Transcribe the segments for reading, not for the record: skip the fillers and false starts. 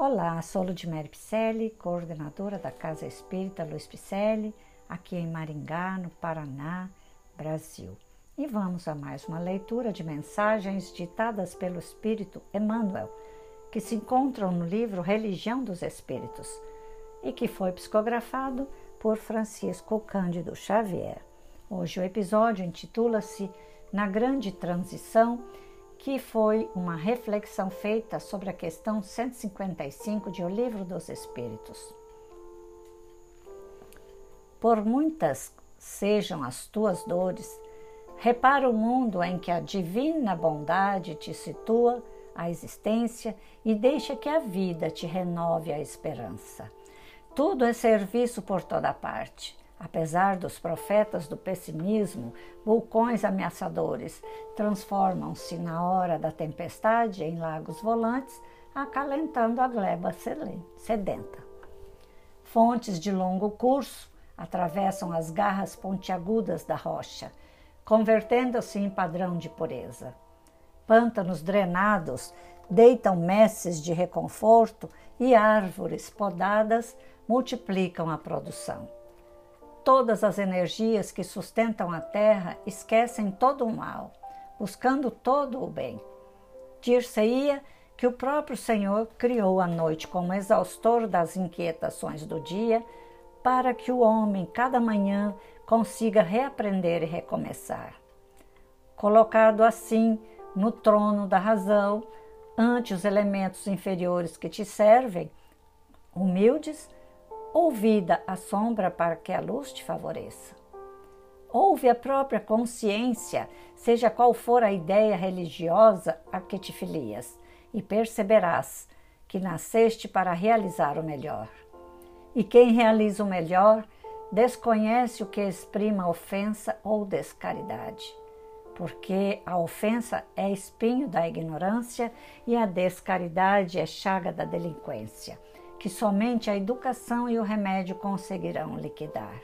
Olá, sou Ludmere Picelli, coordenadora da Casa Espírita Luiz Picelli, aqui em Maringá, no Paraná, Brasil. E vamos a mais uma leitura de mensagens ditadas pelo Espírito Emmanuel, que se encontram no livro Religião dos Espíritos e que foi psicografado por Francisco Cândido Xavier. Hoje o episódio intitula-se Na Grande Transição, que foi uma reflexão feita sobre a questão 155 de O Livro dos Espíritos. Por muitas sejam as tuas dores, repara o mundo em que a divina bondade te situa a existência e deixa que a vida te renove a esperança. Tudo é serviço por toda parte. Apesar dos profetas do pessimismo, vulcões ameaçadores transformam-se na hora da tempestade em lagos volantes, acalentando a gleba sedenta. Fontes de longo curso atravessam as garras pontiagudas da rocha, convertendo-se em padrão de pureza. Pântanos drenados deitam messes de reconforto e árvores podadas multiplicam a produção. Todas as energias que sustentam a terra esquecem todo o mal, buscando todo o bem. Dir-se-ia que o próprio Senhor criou a noite como exaustor das inquietações do dia, para que o homem, cada manhã, consiga reaprender e recomeçar. Colocado assim no trono da razão, ante os elementos inferiores que te servem, humildes, ouvida a sombra para que a luz te favoreça. Ouve a própria consciência, seja qual for a ideia religiosa a que te filias, e perceberás que nasceste para realizar o melhor. E quem realiza o melhor desconhece o que exprima ofensa ou descaridade, porque a ofensa é espinho da ignorância e a descaridade é chaga da delinquência, que somente a educação e o remédio conseguirão liquidar.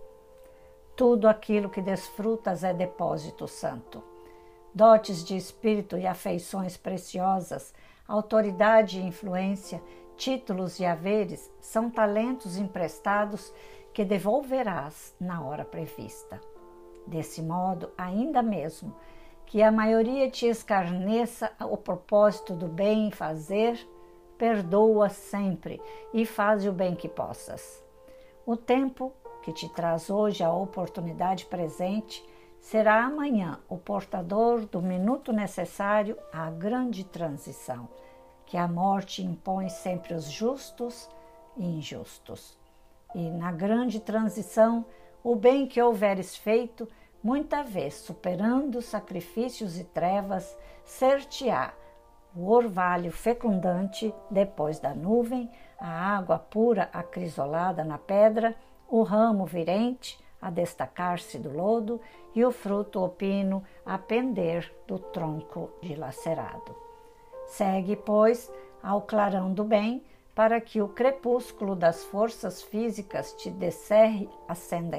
Tudo aquilo que desfrutas é depósito santo. Dotes de espírito e afeições preciosas, autoridade e influência, títulos e haveres são talentos emprestados que devolverás na hora prevista. Desse modo, ainda mesmo que a maioria te escarneça o propósito do bem fazer, perdoa sempre e faz o bem que possas. O tempo que te traz hoje a oportunidade presente será amanhã o portador do minuto necessário à grande transição, que a morte impõe sempre os justos e injustos. E na grande transição, o bem que houveres feito, muita vez superando sacrifícios e trevas, ser-te-á o orvalho fecundante depois da nuvem, a água pura acrisolada na pedra, o ramo virente a destacar-se do lodo e o fruto opino a pender do tronco dilacerado. Segue, pois, ao clarão do bem, para que o crepúsculo das forças físicas te descerre a senda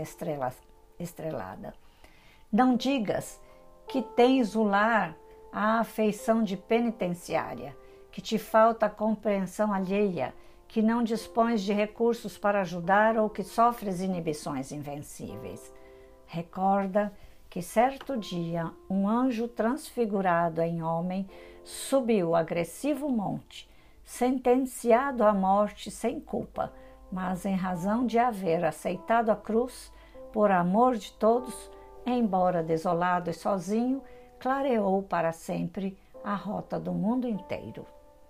estrelada. Não digas que tens o lar a afeição de penitenciária, que te falta a compreensão alheia, que não dispões de recursos para ajudar ou que sofres inibições invencíveis. Recorda que certo dia um anjo transfigurado em homem subiu o agressivo monte, sentenciado à morte sem culpa, mas em razão de haver aceitado a cruz, por amor de todos, embora desolado e sozinho, clareou para sempre a rota do mundo inteiro,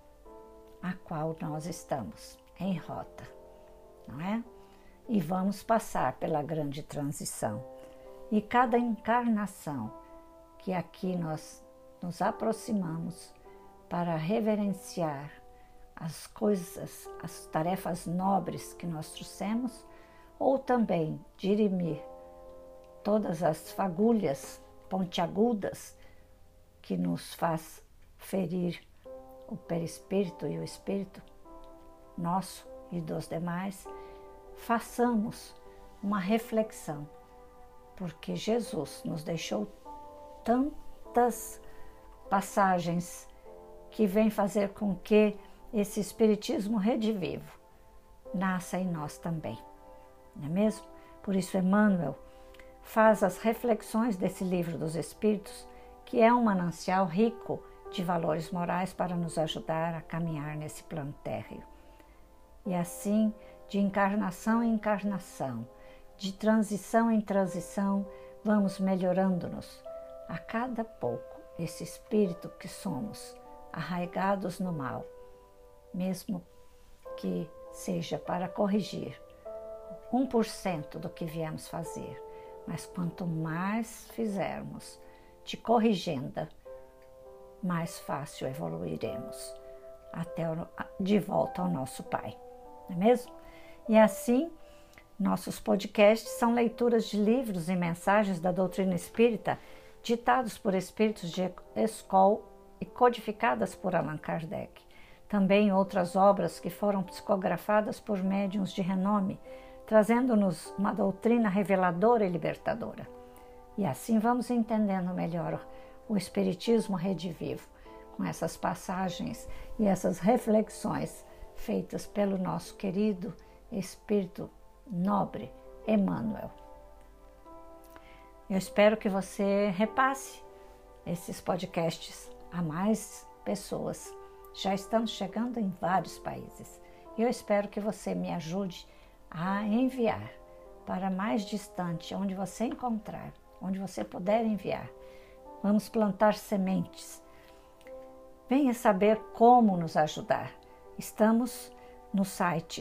a qual nós estamos em rota, não é? E vamos passar pela grande transição. E cada encarnação que aqui nós nos aproximamos para reverenciar as coisas, as tarefas nobres que nós trouxemos, ou também dirimir todas as fagulhas pontiagudas que nos faz ferir o perispírito e o espírito nosso e dos demais, façamos uma reflexão, porque Jesus nos deixou tantas passagens que vêm fazer com que esse espiritismo redivivo nasça em nós também, não é mesmo? Por isso Emmanuel faz as reflexões desse livro dos Espíritos, que é um manancial rico de valores morais para nos ajudar a caminhar nesse plano térreo. E assim, de encarnação em encarnação, de transição em transição, vamos melhorando-nos a cada pouco, esse espírito que somos, arraigados no mal, mesmo que seja para corrigir 1% do que viemos fazer, mas quanto mais fizermos de corrigenda, mais fácil evoluiremos até de volta ao nosso Pai, não é mesmo? E assim, nossos podcasts são leituras de livros e mensagens da doutrina espírita ditados por espíritos de escola e codificadas por Allan Kardec. Também outras obras que foram psicografadas por médiuns de renome, trazendo-nos uma doutrina reveladora e libertadora. E assim vamos entendendo melhor o Espiritismo redivivo, com essas passagens e essas reflexões feitas pelo nosso querido Espírito Nobre Emmanuel. Eu espero que você repasse esses podcasts a mais pessoas. Já estamos chegando em vários países. E eu espero que você me ajude a enviar para mais distante, onde você encontrar, onde você puder enviar. Vamos plantar sementes. Venha saber como nos ajudar. Estamos no site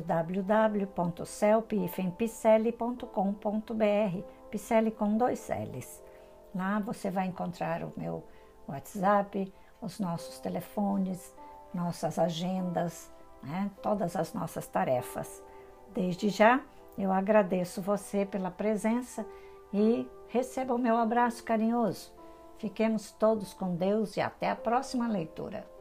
www.celpifempicele.com.br, Picele com 2 L's. Lá você vai encontrar o meu WhatsApp, os nossos telefones, nossas agendas, né? Todas as nossas tarefas. Desde já, eu agradeço você pela presença e receba o meu abraço carinhoso. Fiquemos todos com Deus e até a próxima leitura.